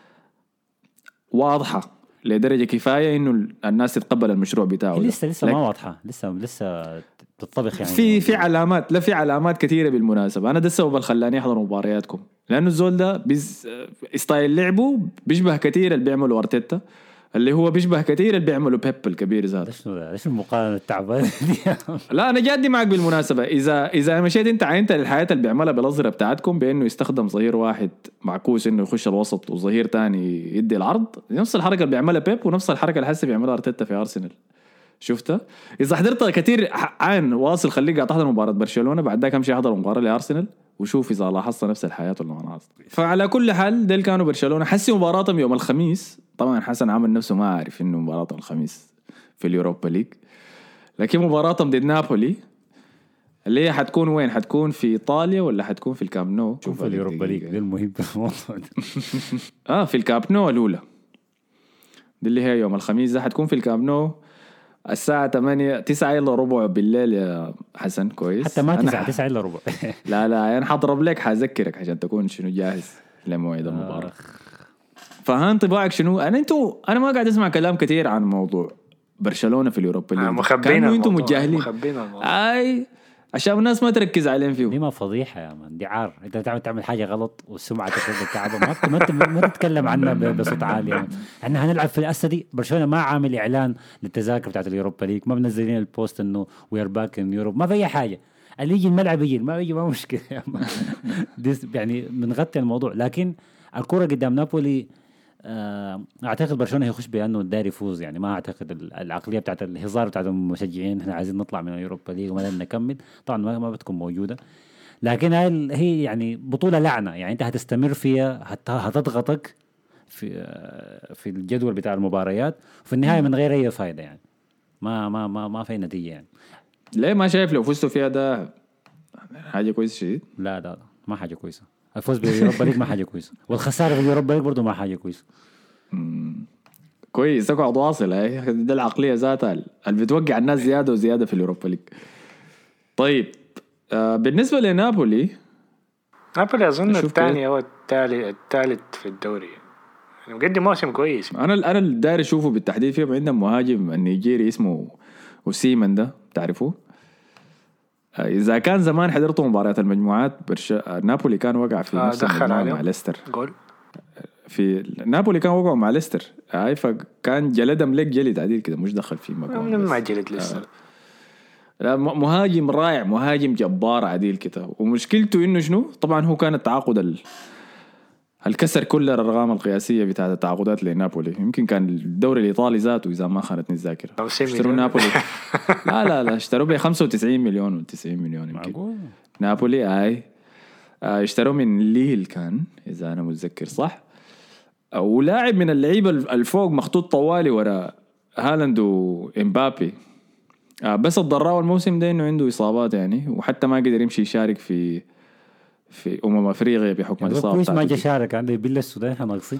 Speaker 1: واضحه لدرجه كفايه انه الناس تتقبل المشروع بتاعه.
Speaker 2: لسه ما واضحه، لسه تطبخ يعني.
Speaker 1: في علامات كثيره بالمناسبه. انا ده السبب اللي خلاني احضر مبارياتكم، لانه الزول ده ستايل لعبه بيشبه كثير اللي بيعمله ارتيتا، اللي هو بيشبه كثير اللي بيعمله بيب الكبير ذاته.
Speaker 2: ايش المقارنه التعبانه دي؟
Speaker 1: لا انا جادي معك بالمناسبه. اذا مشيت انت عينت الحياه اللي بيعملها بالنظره بتاعتكم بانه يستخدم ظهير واحد معكوس انه يخش الوسط وظهير تاني يدي العرض، نفس الحركه اللي بيعملها بيب ونفس الحركه اللي حسي بيعملها ارتيتا في ارسنال. شفتها؟ اذا حضرتها كثير عين واصل خليك قاعد تحضر مباراه برشلونه بعد ذاك امشي احضر مباراه لارسنال وشوف اذا لاحظت نفس الحياه ولا ما لاحظت. فعلى كل حال ديل كانوا برشلونه حسي مباراتهم يوم الخميس. طبعا حسن عامل نفسه ما عارف انه مباراتهم الخميس في اليوروبا ليج، لكن مباراتهم ضد نابولي اللي هي حتكون وين؟ حتكون في ايطاليا ولا حتكون في الكامب نو؟
Speaker 2: شوف اليوروبا ليج ده المهم في الموضوع
Speaker 1: في الكامب نو الاولى دي اللي هي يوم الخميس ده حتكون في الكامب نو الساعة 9 إلا ربع بالليل يا حسن. كويس
Speaker 2: حتى ما 9 إلا ربع.
Speaker 1: لا أنا حضرب لك حذكرك عشان تكون شنو جاهز لموعد المباراة. فها انطباعك شنو؟ أنا ما قاعد أسمع كلام كتير عن موضوع برشلونة في اليوروبا ليج.
Speaker 3: كانوا
Speaker 1: أنتم متجاهلين عشان الناس ما تركز عليهم فيه.
Speaker 2: دي ما فضيحة يا من، دي عار. انت تعمل حاجة غلط والسمعة تفضل تعبة ما تتكلم عنها بصوت عالي يعني. احنا هنلعب في الأسة دي. برشلونة ما عامل إعلان للتذاكر بتاعت اليوروبا ليج، ما بنزلين البوست انه وي ار باك ان يوروب، ما في أي حاجة. اللي يجي الملعب يجي، ما يجي ما مشكلة يعني بنغطي الموضوع. لكن الكرة قدام نابولي اعتقد برشلونه هيخش بانه داير يفوز يعني. ما اعتقد العقليه بتاعت الهزار بتاعت المشجعين احنا عايزين نطلع من اليوروبا ليج وما نكمل، طبعا ما بتكون موجوده. لكن هي يعني بطوله لعنه يعني، انت هتستمر فيها هتضغطك في الجدول بتاع المباريات، وفي النهايه من غير اي فائده يعني. ما في نتيجه يعني.
Speaker 1: ليه ما شايف لو فزتوا فيها ده حاجه كويسه شديد؟
Speaker 2: لا ما حاجه كويسه. الفوز باليوروبا ليج ما حاجه كويسه، والخساره في اليوروبا ليج برضه ما حاجه كويسه.
Speaker 1: كويس تقعد واصل. هي ده العقليه ذاتها اللي بتوقع الناس زياده وزياده في اليوروبا ليج. طيب بالنسبه لنابولي،
Speaker 3: نابولي اظن
Speaker 1: أشوف
Speaker 3: الثاني او الثالث في الدوري يعني، مقدم موسم كويس.
Speaker 1: انا اللي داير اشوفه بالتحديد فيهم عندهم مهاجم النيجيري اسمه اوسيمن، ده تعرفوه؟ اذا كان زمان حضرتوا مباريات المجموعات نابولي كان وقع في نفس المجموعه مع ليستر.
Speaker 3: جول
Speaker 1: في نابولي كان وقعوا مع ليستر، فكان جلدهم لك جلد عديل كده، مش دخل فيه مجموعه.
Speaker 3: ما جلد لسه.
Speaker 1: لا مهاجم رائع، مهاجم جبار عديل كده. ومشكلته انه شنو؟ طبعا هو كان التعاقد الكسر كل الارقام القياسيه بتاعت التعاقدات لنابولي. يمكن كان الدوري الايطالي ذاته اذا ما خانتني الذاكره. اشتروا نابولي لا اشتروا ب 95 مليون و90 مليون يمكن. نابولي اشتروا من ليل كان اذا انا متذكر صح. ولاعب من اللعيبه الفوق مخطوط طوالي ورا هالاند وإمبابي. بس الضراوة الموسم ده انه عنده اصابات يعني، وحتى ما قدر يمشي يشارك في افريقيا بحكم الاصابه.
Speaker 2: كويس ما جا شارك عنده بيلا السودان ناقصين.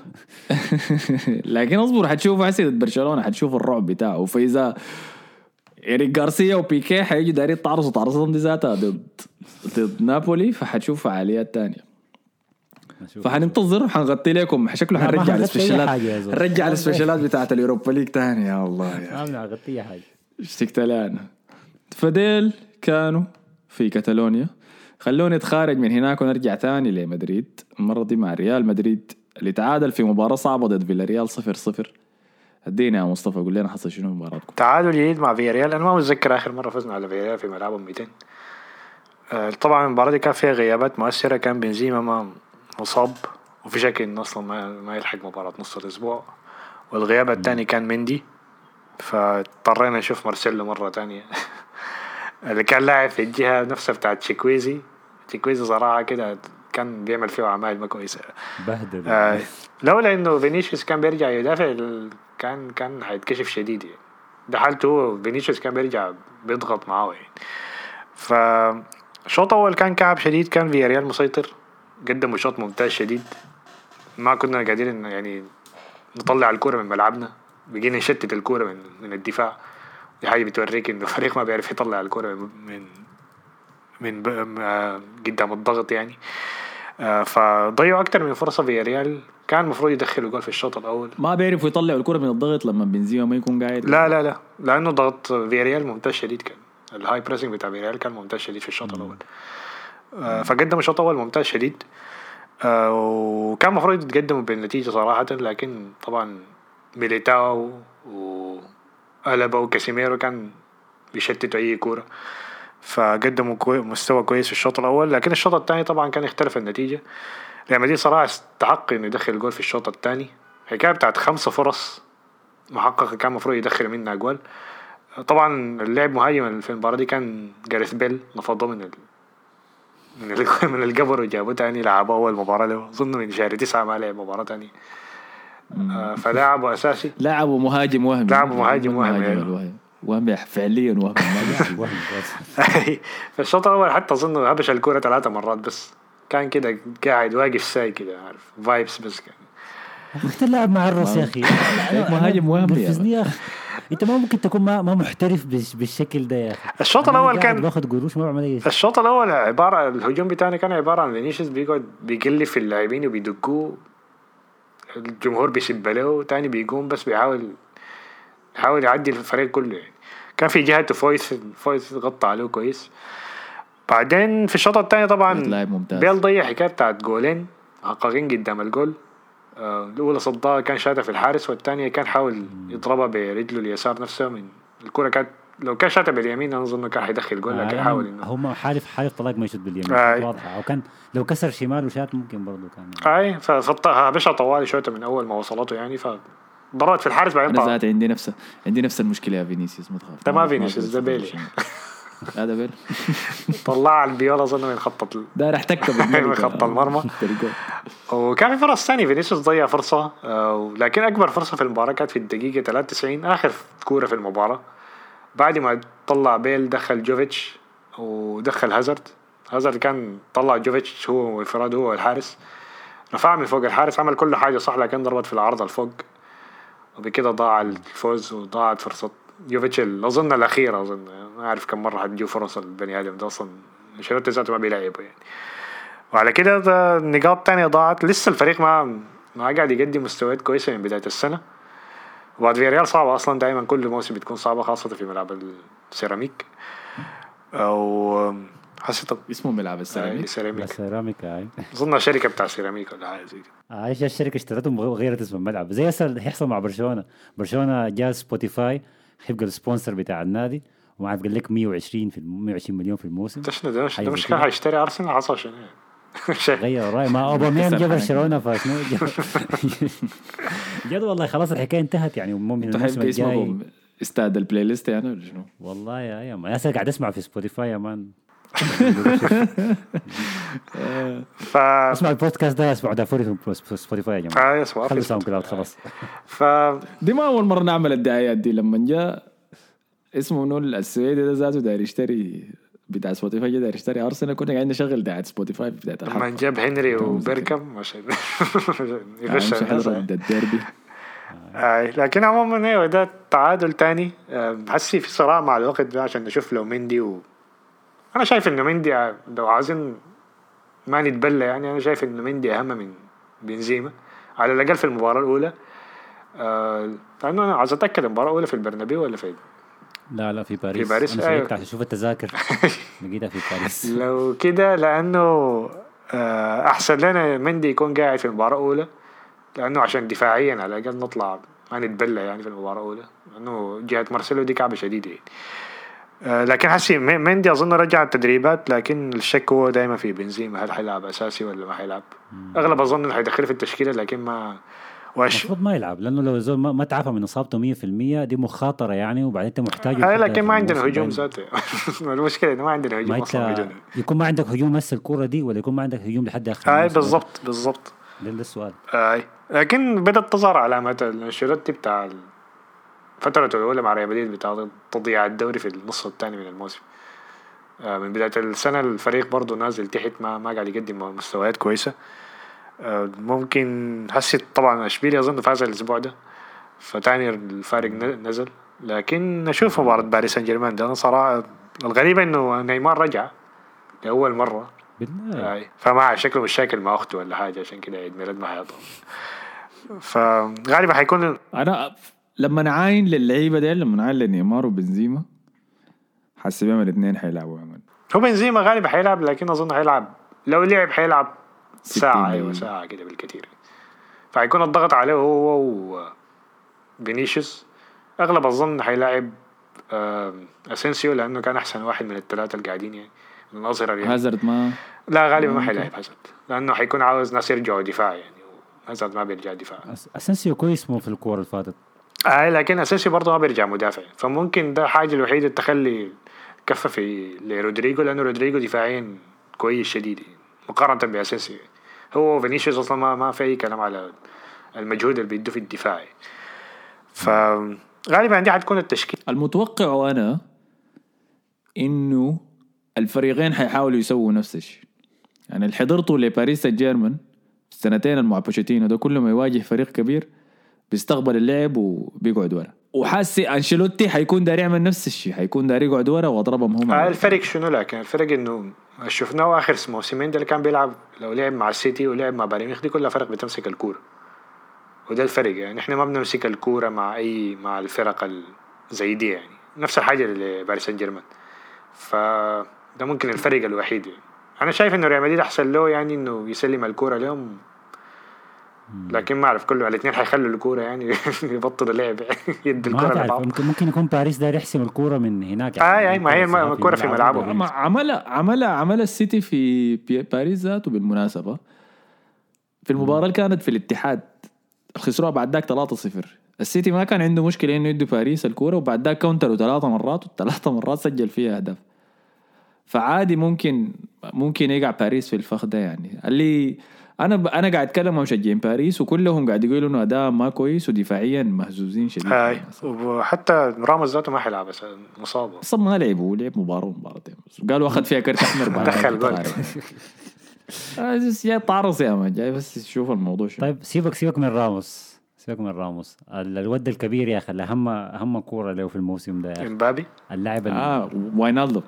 Speaker 1: لكن اصبر حتشوف عسير برشلونه، حتشوف الرعب بتاعه. فاذا إيريك غارسيا وبيكيه حيجي دارين طارصهم دي ذاتها ضد نابولي، فحتشوف فعاليات تانية. فحننتظر حنغطي لكم. شكله حنرجع السبيشالات بتاعت اليوروبا ليج تاني. يا الله يا
Speaker 2: ما نغطيها حاجه.
Speaker 1: اشتقت لنا. فديل كانوا في كاتالونيا. خلوني اتخارج من هناك ونرجع تاني لمدريد. المرة دي مع ريال مدريد اللي تعادل في مباراة صعبة ضد فيلاريال 0-0. ادينا يا مصطفى قول لنا حصل شنو مباراتكم.
Speaker 3: تعادل جديد مع فياريال. انا ما متذكر اخر مرة فزنا على فياريال في ملعبهم 200. طبعا المباراة دي كان فيها غيابات مؤثرة. كان بنزيما ما مصاب وفي شك انه اصلا ما يلحق مباراة نص الاسبوع. والغياب الثاني كان مندي، فاضطرينا نشوف مارسيلو مرة تانية. اللي كان لاعب في الجهة نفسها بتاعت تشيكويزي صراحة كده كان بيعمل فيه أعمال ما كويسة.
Speaker 2: بهدل.
Speaker 3: لولا إنه فينيسيوس كان بيرجع يدافع كان هيتكشف شديد يعني. ده حالته فينيسيوس كان بيرجع بيضغط معاه يعني. فشوط أول كان كعب شديد. كان فياريال مسيطر، قدموا شوط ممتاز شديد. ما كنا قادرين يعني نطلع الكرة من ملعبنا، بقينا نشتت الكرة من الدفاع. دي حاجة بتوريك إنه الفريق ما بيعرف يطلع الكرة من قدام الضغط يعني. فضيعوا أكتر من فرصة في ريال. كان المفروض يدخلوا جول في الشوط الأول.
Speaker 1: ما بيعرفوا يطلعوا الكرة من الضغط لما بنزيما ما يكون قاعد.
Speaker 3: لا لأنه ضغط في ريال ممتاز شديد. كان الهاي بريسنج بتاع في ريال كان ممتاز شديد في الشوط الأول. فقدموا الشوط الأول ممتاز شديد. وكان المفروض يتقدموا بالنتيجة صراحة، لكن طبعا ميليتاو وألابا وكاسيميرو كان بيشتتوا أي كورة، فقدموا مستوى كويس في الشوط الأول. لكن الشوط الثاني طبعا كان اختلف النتيجة. ريال مدريد صراحة استحق إنه يدخل جول في الشوط الثاني. حكاية بتاعت 5 فرص محققة كان مفروض يدخل منها جول. طبعا اللاعب مهاجم في المباراة دي كان جاريث بيل، نفضوه من القبر وجابوه تاني لعبه أول مباراة له. أظن من شهر 9 ما لعب مباراة تانية. فلاعبه أساسي.
Speaker 1: لاعبه مهاجم وهمي. وهمي فعليا وهمي.
Speaker 3: في الشوط الأول حتى أظن هبش الكرة 3 مرات بس. كان كده قاعد واقف ساي كده عارف فايبس بس. كان
Speaker 2: وقت اللاعب مع الرأس يا أخي.
Speaker 1: مهاجم وهمي
Speaker 2: يا أخي. أنت ما ممكن تكون ما محترف بالشكل ده يا أخي.
Speaker 3: الشوط الأول كان
Speaker 2: باخد قروش ما بعمل أي شيء.
Speaker 3: الشوط الأول الهجوم بتاعنا كان عبارة عن فينيسيوس بيقعد بيقلب في اللاعبين وبيدقوه. الجمهور بيسب له تاني بيقوم بس بيحاول يعدي الفريق كله يعني. كان في جهة فويس غطى عليه كويس. بعدين في الشوط الثاني طبعا بيل ضيع حكاية بتاعت جولين محققين قدام الجول. الأولى صدها كان شاتها في الحارس، والثانية كان حاول يضربها برجله اليسار نفسه. من الكرة كانت لو كان شاطر باليمين انا اظن كان حيدخل جول، لكن حاول انه
Speaker 2: هم حالف طلاق ما يشوت باليمين واضحه، او كان لو كسر شمال وشات ممكن برضه كان
Speaker 3: اي فخطها بشع طوالي شوته من اول ما وصلته يعني، فضربت في الحارس بعدين
Speaker 1: انا ذاتي عندي نفس المشكله يا فينيسيوس، ما تخاف.
Speaker 3: ده ما فينيسيوس ده بيلي
Speaker 1: هذا بيل
Speaker 3: طلع البيولا اظن من خط
Speaker 1: ده راح تكتب
Speaker 3: من خط المرمى. وكان في فرص ثانيه فينيسيوس ضيع فرصه، لكن اكبر فرصه في المباراه كانت في الدقيقه 93 اخر كوره في المباراه، بعد ما طلع بيل دخل جوفيتش ودخل هازارد كان طلع جوفيتش هو وانفراد هو والحارس، رفع من فوق الحارس، عمل كل حاجه صح، لكن ضربت في العارضه الفوق، وبكده ضاع الفوز وضاعت فرصه جوفيتش اظن الاخيره. اظن ما اعرف كم مره حتجيه فرص البني ادم ده اصلا، شرط ذاته ما بيلعبه يعني. وعلى كده النقاط تانية ضاعت، لسه الفريق ما قاعد يقدم مستويات كويسه من بدايه السنه، وبعد فياريال صعبه اصلا، دائما كل موسم بتكون صعبه خاصه في ملعب السيراميك، او حسيت
Speaker 1: اسمه ملعب
Speaker 2: السيراميك
Speaker 3: اظن الشركه بتاع سيراميك ولا حاجه زي كده.
Speaker 2: ايش الشركه اشترتهم وغيرت اسم الملعب، زي هسه هيحصل مع برشلونه جاء سبوتيفاي يبقى السبونسر بتاع النادي، وما عارف قال لك 120 مليون في الموسم.
Speaker 3: ده مش كان هيشتري ارسنال عصا شنو
Speaker 2: غير راي ما اوباميانج جاب برشلونه فشنو جد والله خلاص الحكايه انتهت يعني. ممكن
Speaker 1: الموسم الجاي استاد البلاي ليست يعني ولا شنو؟
Speaker 2: والله يا ما هسه قاعد اسمع في سبوتيفاي يا مان اسمع البودكاست ده، اسمع دافوري في سبوتيفاي يا جماعه. خلوا ساوند كلاود خلاص.
Speaker 1: دي ما اول مره نعمل الدعايات دي، لما جاء اسمه منو السويدي ده ذاته داير يشتري بتاع سبوتيفاي، داير يشتري ارسنال، كنا قاعدين نشغل دعايه سبوتيفاي في بدايه الحلقه.
Speaker 3: لما جاب هنري وبيركم عشان
Speaker 1: يغش الديربي.
Speaker 3: لكن عموما ايوه ده تعادل تاني. بحس في صراع مع الوقت ده عشان نشوف لو مندي انا شايف انه مندي لو عايزين ما نتبلى يعني، انا شايف انه مندي اهم من بنزيما على الاقل في المباراه الاولى، لانه انا عايز اتاكد المباراه الاولى في البرنابيو ولا في
Speaker 2: لا في باريس انا شايف عشان اشوف التذاكر لقيتها في باريس.
Speaker 3: لو كده لانه احسن لنا مندي يكون قاعد في المباراه الاولى، لانه عشان دفاعيا على الاقل نطلع ما نتبلى يعني في المباراه الاولى، لانه جهه مارسيلو دي كعبه شديده يعني. لكن حسي مندي أظن رجع التدريبات، لكن الشك هو دائما في بنزيما، هل حيلعب أساسي ولا ما حيلعب؟ أغلب أظن إنه حيدخله في التشكيلة، لكن ما
Speaker 2: المفروض ما يلعب، لأنه لو زول ما تعافى من إصابته 100% دي مخاطرة يعني، وبعدين أنت محتاج.
Speaker 3: لكن ما عندنا هجوم ذاته المشكلة إنه ما عندنا هجوم أصلا.
Speaker 2: يكون ما عندك هجوم بس الكرة دي، ولا يكون ما عندك هجوم لحد آخر.
Speaker 3: بالضبط
Speaker 2: ده السؤال.
Speaker 3: لكن بدأت تظهر علامات الانشيلوتي بتاع فترته الأولى مع ريال مدريد بتاع تضييع الدوري في النص الثاني من الموسم. من بداية السنة الفريق برضو نازل تحت، ما قاعد يقدم مستويات كويسة. ممكن حسيت طبعا أشبيليا أظن فاز الأسبوع ده، فتاني الفارق نزل. لكن نشوف مباراة باريس سان جيرمان ده، أنا صراحة الغريبة إنه نيمار رجع لأول مرة فما شكله مشاكل مع أخته ولا حاجة، عشان كده عيد ميلاد ما حيطلع. فغالبا حيكون
Speaker 1: أنا لما نعاين للعيبة دي، لما نعاين لنيمار وبنزيما، حسب يوم الاثنين حيلعبوا عمل.
Speaker 3: هو بنزيما غالبا حيلعب، لكن أظن حيلعب لو لعب حيلعب ساعة ساعة كده بالكثير، فحيكون الضغط عليه هو وفينيسيوس. أغلب أظن حيلعب أسينسيو، لأنه كان أحسن واحد من الثلاثة القاعدين يعني الأظهر يعني.
Speaker 1: هازارد
Speaker 3: لا غالبا ما حيلعب هازارد، لأنه حيكون عاوز ناس يرجعوا دفاع يعني، هازارد ما بيرجع دفاع.
Speaker 2: أسينسيو كويس مو في الكورة اللي فاتت.
Speaker 3: لكن أساسي برضه ما بيرجع مدافع، فممكن ده حاجة الوحيدة تخلي كفة في لرودريجو، لأنه رودريجو دفاعيا كويس شديد مقارنة بأساسي. هو فينيسيوس أصلا ما في أي كلام على المجهود اللي بيدو في الدفاع، فغالبا دي حتكون التشكيل
Speaker 1: المتوقع. وأنا إنه الفريقين حيحاولوا يسووا نفس الشيء يعني. اللي حضرته لباريس سان جيرمان السنتين مع بوشيتينو ده، كل ما يواجه فريق كبير بيستقبل اللعب وبيقعد ورا، وحاسي أنشيلوتي حيكون داري يعمل نفس الشيء، حيكون داري يقعد ورا واضربهم هم.
Speaker 3: الفرق شنو؟ لكن الفرق انه شفناه اخر موسمين ده اللي كان بيلعب، لو لعب مع السيتي ولعب مع بايرن دي كلها فرق بتمسك الكوره، وده الفرق يعني. احنا ما بنمسك الكوره مع الفرق زي دي يعني، نفس الحاجه لباريس سان جيرمان. فده ممكن الفرق الوحيد يعني. انا شايف انه ريال مدريد احسن له يعني انه يسلم الكوره لهم لكن ما اعرف كله الاثنين حيخلوا الكوره يعني يبطلوا لعب يدوا
Speaker 2: ما
Speaker 3: الكوره
Speaker 2: تعرف
Speaker 3: لبعض.
Speaker 2: ممكن يكون باريس داير يحسم الكوره من هناك
Speaker 3: اي ما هي الكوره في ملعبه.
Speaker 1: عمل السيتي في باريس ذاته بالمناسبة في المباراة اللي كانت في الاتحاد الخسروها بعد ذاك 3-0. السيتي ما كان عنده مشكلة انه يدوا باريس الكورة وبعد ذاك كاونتروا 3 مرات والثلاثة مرات سجل فيها أهداف. فعادي ممكن يقع باريس في الفخ ده يعني. اللي انا قاعد اتكلم مع مشجعين باريس وكلهم قاعد يقولوا انه اداء ما كويس ودفاعيا مهزوزين شديد.
Speaker 3: وحتى راموس ذاته ما حيلعب مصاب
Speaker 1: اصلا ما لعبوا لعب مباراتين قالوا اخذ فيها كرت احمر بعد
Speaker 3: دخل جول.
Speaker 1: جاي تعرص يا مان جاي بس شوف الموضوع شو.
Speaker 2: طيب سيبك من راموس الود الكبير يا اخي اهم كوره له في الموسم ده يا اخي
Speaker 3: امبابي
Speaker 2: اللاعب
Speaker 1: واينالدو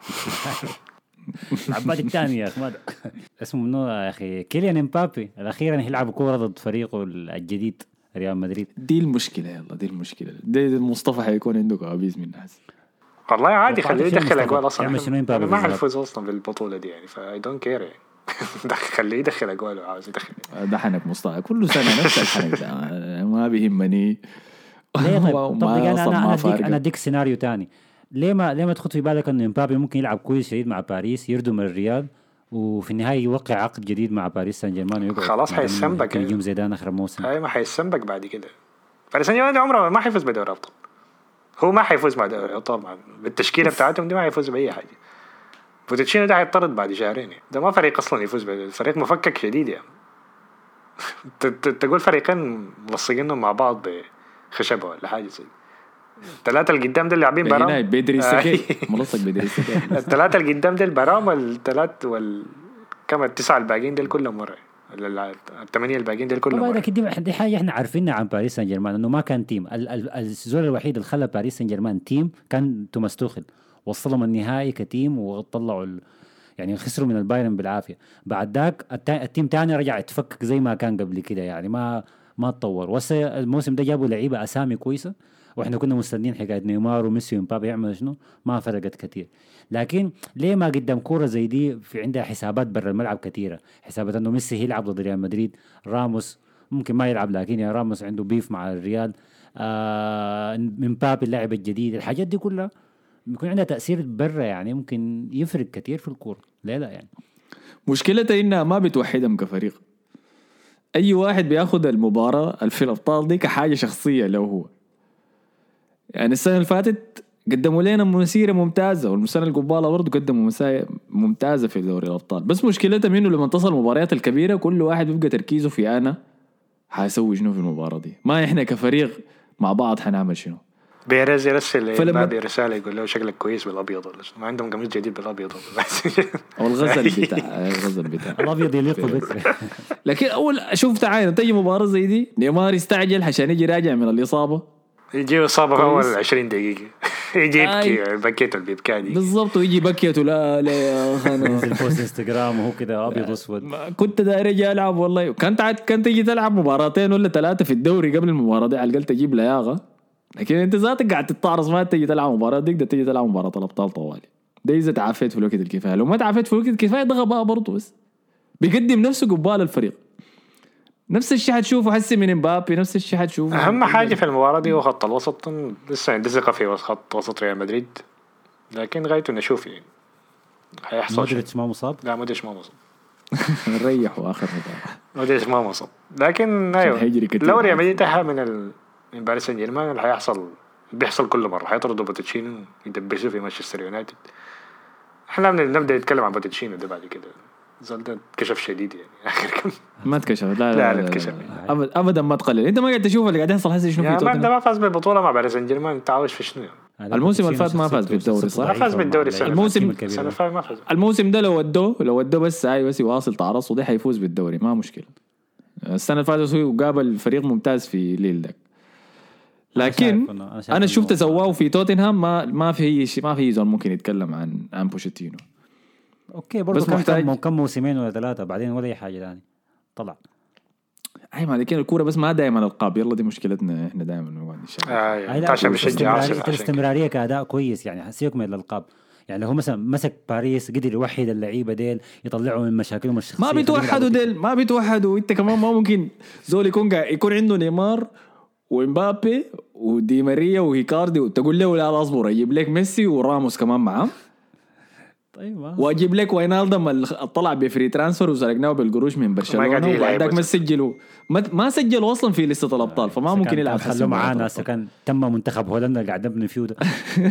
Speaker 2: العباد الثاني يا اخي اسمه منو يا اخي كيليان امبابي الاخيرا يلعب كوره ضد فريقه الجديد ريال مدريد.
Speaker 1: دي المشكله يلا دي المشكله دي مصطفى حيكون عنده كوابيس من الناس
Speaker 3: والله عادي خليه يدخل اجوال اصلا.
Speaker 2: انا
Speaker 3: ما حنفوز اصلا بالبطوله دي يعني فاي دونت كير يعني. خليه يدخل اجوال وعاوز يدخل.
Speaker 1: ده حنك مصطفى كل سنه نفس الحنك ده ما بيهمني.
Speaker 2: طب انا اديك سيناريو تاني. ليه ما تخط في بالك انه امبابي ممكن يلعب كويس شديد مع باريس يردم الريال وفي النهايه يوقع عقد جديد مع باريس سان جيرمان ويقعد
Speaker 3: خلاص حيسنبك
Speaker 2: يجيم زيدان اخر موسم.
Speaker 3: اي ما حيسنبك بعد كده. باريس سان جيرمان عمره ما حيفوز بدوري ابطال. هو ما حيفوز مع دوري ابطال بالتشكيله بتاعتهم دي ما حيفوز باي حاجه. بوتشينو ده حيطرد بعد شهرين يعني. ده ما فريق اصلا يفوز بالفريق مفكك شديد يعني. تقول فريقين ملصقينهم مع بعض بخشبه ولا حاجه زي 3 اللي قدام دول لاعبين برام
Speaker 1: بدري السكي ملصق بدري السكي
Speaker 3: 3 اللي قدام دول برام والثلاث كم 9 الباقيين دول كلهم مره 8 الباقيين دول كلهم
Speaker 2: طبعا دي حاجه احنا عارفينها عن باريس سان جيرمان انه ما كان تيم. الزول الوحيد اللي خلى باريس سان جيرمان تيم كان توماس توخل وصلهم النهائي كتيم وطلعوا يعني خسروا من البايرن بالعافيه. بعد ذاك التيم تاني رجع يتفكك زي ما كان قبل كده يعني ما تطور. الموسم ده جابوا لعيبه اسامي كويسه واحنا كنا مستنيين حكايه نيمار وميسي ومبابي يعملوا شنو ما فرقت كتير. لكن ليه ما قدام كوره زي دي في عندها حسابات برا الملعب كتيره. حسابات انه ميسي يلعب ضد ريال مدريد راموس ممكن ما يلعب لكن يا راموس عنده بيف مع الريال مبابي اللاعب الجديد. الحاجات دي كلها بيكون عندها تأثير برا يعني ممكن يفرق كتير في الكورة. لا يعني
Speaker 1: مشكلتها إنها ما بتوحدهم كفريق. أي واحد بياخد المباراة في الأبطال دي كحاجة شخصية له هو. يعني السنة اللي فاتت قدموا لنا مسيرة ممتازة والسنة القبالة برضو قدموا مسيرة ممتازة في دوري الأبطال. بس مشكلتها إنه لما تصل المباريات الكبيرة كل واحد بيبقى تركيزه في أنا حيسوي شنو في المباراة دي ما إحنا كفريق مع بعض حنعمل شنو.
Speaker 3: بيريز يرسل ما برسالة يقول له شكلك كويس بالأبيض ولا ما عندهم قميص جديد بالأبيض
Speaker 1: أو الغزل بتاع
Speaker 2: الأبيض يليق بك.
Speaker 1: لكن أول شوف عين تيجي مباراة زي دي نيمار يستعجل عشان يجي راجع من الإصابة
Speaker 3: يجي إصابة في أول 20 دقيقة يجي يبكي بكيته اللي بيبكي دي
Speaker 1: بالضبط ويجي بكيته لا يا أخي
Speaker 2: ينزل بوست انستغرام وهو كده أبيض أسود.
Speaker 1: كنت داير أجي ألعب والله كنت تيجي تلعب مباراتين ولا 3 في الدوري قبل المباراة دي على الأقل تجيب لياقة. لكن انت ذاتك قاعد تتعرض ما تيجي تلعب مباراة ديك ده تيجي تلعب مباراة الأبطال طوالي. ده إذا تعافيت في الوقت الكفاية. لو ما تعافيت في الوقت الكفاية ده غباء برضو. بس بيقدم نفسه قبال الفريق نفس الشيء حتشوفه حسي من امبابي نفس الشيء حتشوفه.
Speaker 3: أهم حاجة في المباراة دي هو خط الوسط. لسه عندي ثقة في خط وسط ريال مدريد لكن غايته نشوف يعني هيحصل.
Speaker 2: مودريتش ما مصاب.
Speaker 3: لا مودريتش ما مصاب.
Speaker 1: نريحه آخر مباراة.
Speaker 3: مودريتش ما مصاب لكن أيوه لو ريال مدريد انتهى من باريس سان جيرمان اللي هيحصل بيحصل كل مرة هيطردوا بوتشينو يدبسوا في مانشستر يونايتد. احنا نبدأ نتكلم عن بوتشينو ده بعد كده. زلدان كشف شديد يعني آخر كم
Speaker 1: ما تكشف لا
Speaker 3: تكشف
Speaker 1: أبدا ما تقلل. أنت ما قاعد تشوف اللي قاعد يحصل حسي شنو في توتنهام.
Speaker 3: ما فاز بالبطولة مع باريس سان جيرمان انت عاوش في شنو يعني.
Speaker 1: الموسم اللي فات ما فاز بالدوري صح.
Speaker 3: ما فاز بالدوري
Speaker 1: الموسم
Speaker 3: ما فاز.
Speaker 1: الموسم ده لو ودوه بس بس يواصل تعرص ودي حيفوز بالدوري ما مشكلة. السنة اللي فاتت هو قابل فريق ممتاز في ليل ده. لكن أنا شفت سواه في توتنهام ما في شيء ما في زول ممكن يتكلم عن بوشيتينو.
Speaker 2: اوكي برضه كم موسمين ولا 3 بعدين ولا اي حاجه ثانيه طلع.
Speaker 1: اي ما لكن الكوره بس ما دائما القاب يلا دي مشكلتنا احنا دائما نقعد
Speaker 3: عشان بنشجع
Speaker 2: الاستمراريه كاداء كويس يعني سيبك من الالقاب يعني لو هو مثلا مسك باريس قدر يوحد اللعيبه ديل يطلعوا من مشاكلهم الشخصيه
Speaker 1: ما بيتوحدوا ديل، ما بيتوحدوا. انت كمان ما ممكن زول يكون عنده نيمار ومبابي ودي ماريا وهيكاردي وتقول له لا اصبر اجيب لك ميسي وراموس كمان معاه.
Speaker 2: طيب
Speaker 1: واجيب لك واينالدم اللي طلع بفري ترانسفير وسرقناه بالقروش من برشلونه وبعدك ما سجلوا ما سجلوا اصلا في لسته الابطال، فما ممكن يلعب.
Speaker 2: خلوا معانا كان تم منتخب هولندا قاعد نبني فيه ده.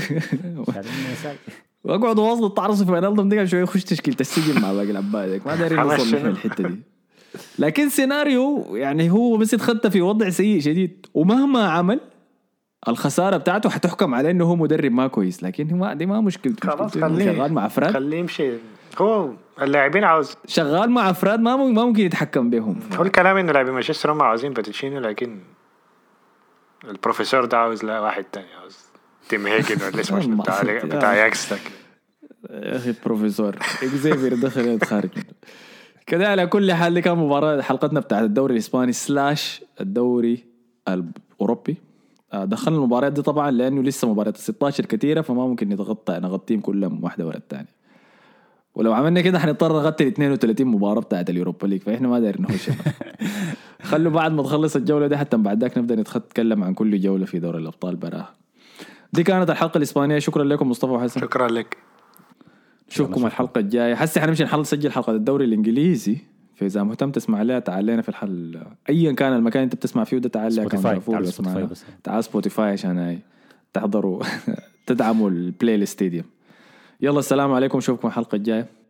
Speaker 1: واقعدوا واصلوا التعرص في واينالدم دي شويه يخش تشكيله السجن مع باقي العباد. ما دارين نوصل نحن الحته دي. لكن سيناريو يعني هو بس يتخطى في وضع سيء شديد، ومهما عمل الخساره بتاعته حتحكم عليه انه هو مدرب ما كويس. لكن هو دي ما مشكلته، شغال مع افراد.
Speaker 3: خليه يمشي. هو اللاعبين عاوز
Speaker 1: شغال مع افراد ما ممكن يتحكم بهم.
Speaker 3: هو الكلام انه لاعبين مانشستر هم عاوزين باتشينو، لكن البروفيسور ده عاوز لا واحد تاني، عاوز تيم هيجن ولا اسمه بتاع ياكستك
Speaker 1: يا اخي البروفيسور اكزيفير دخل خارج كده. على كل حال كان مباراة حلقتنا بتاعت الدوري الإسباني / الدوري الأوروبي. دخلنا المباريات دي طبعا لأنه لسه مباريات 16 كتيرة، فما ممكن نغطيهم كلهم واحدة ورا الثانية. ولو عملنا كده حنضطر نغطي 32 مباراة بتاعت اليوروبا ليج، فإحنا ما دايرين نخش. خلوا بعد ما تخلص الجولة دي حتى بعد ذاك نبدأ نتكلم عن كل جولة في دوري الأبطال براها. دي كانت الحلقة الإسبانية. شكرا لكم مصطفى وحسن.
Speaker 3: شكرا لك.
Speaker 1: نشوفكم الحلقة الجاية. حسي حنمشي نسجل حلقة الدوري الإنجليزي، فإذا مهتم تسمع لها تعال لنا في الحل أيا كان المكان أنت بتسمع فيه، ده تعال لنا تعال سبوتيفاي عشان تحضروا تدعموا البلاي ستاديوم. يلا السلام عليكم، نشوفكم الحلقة الجاية.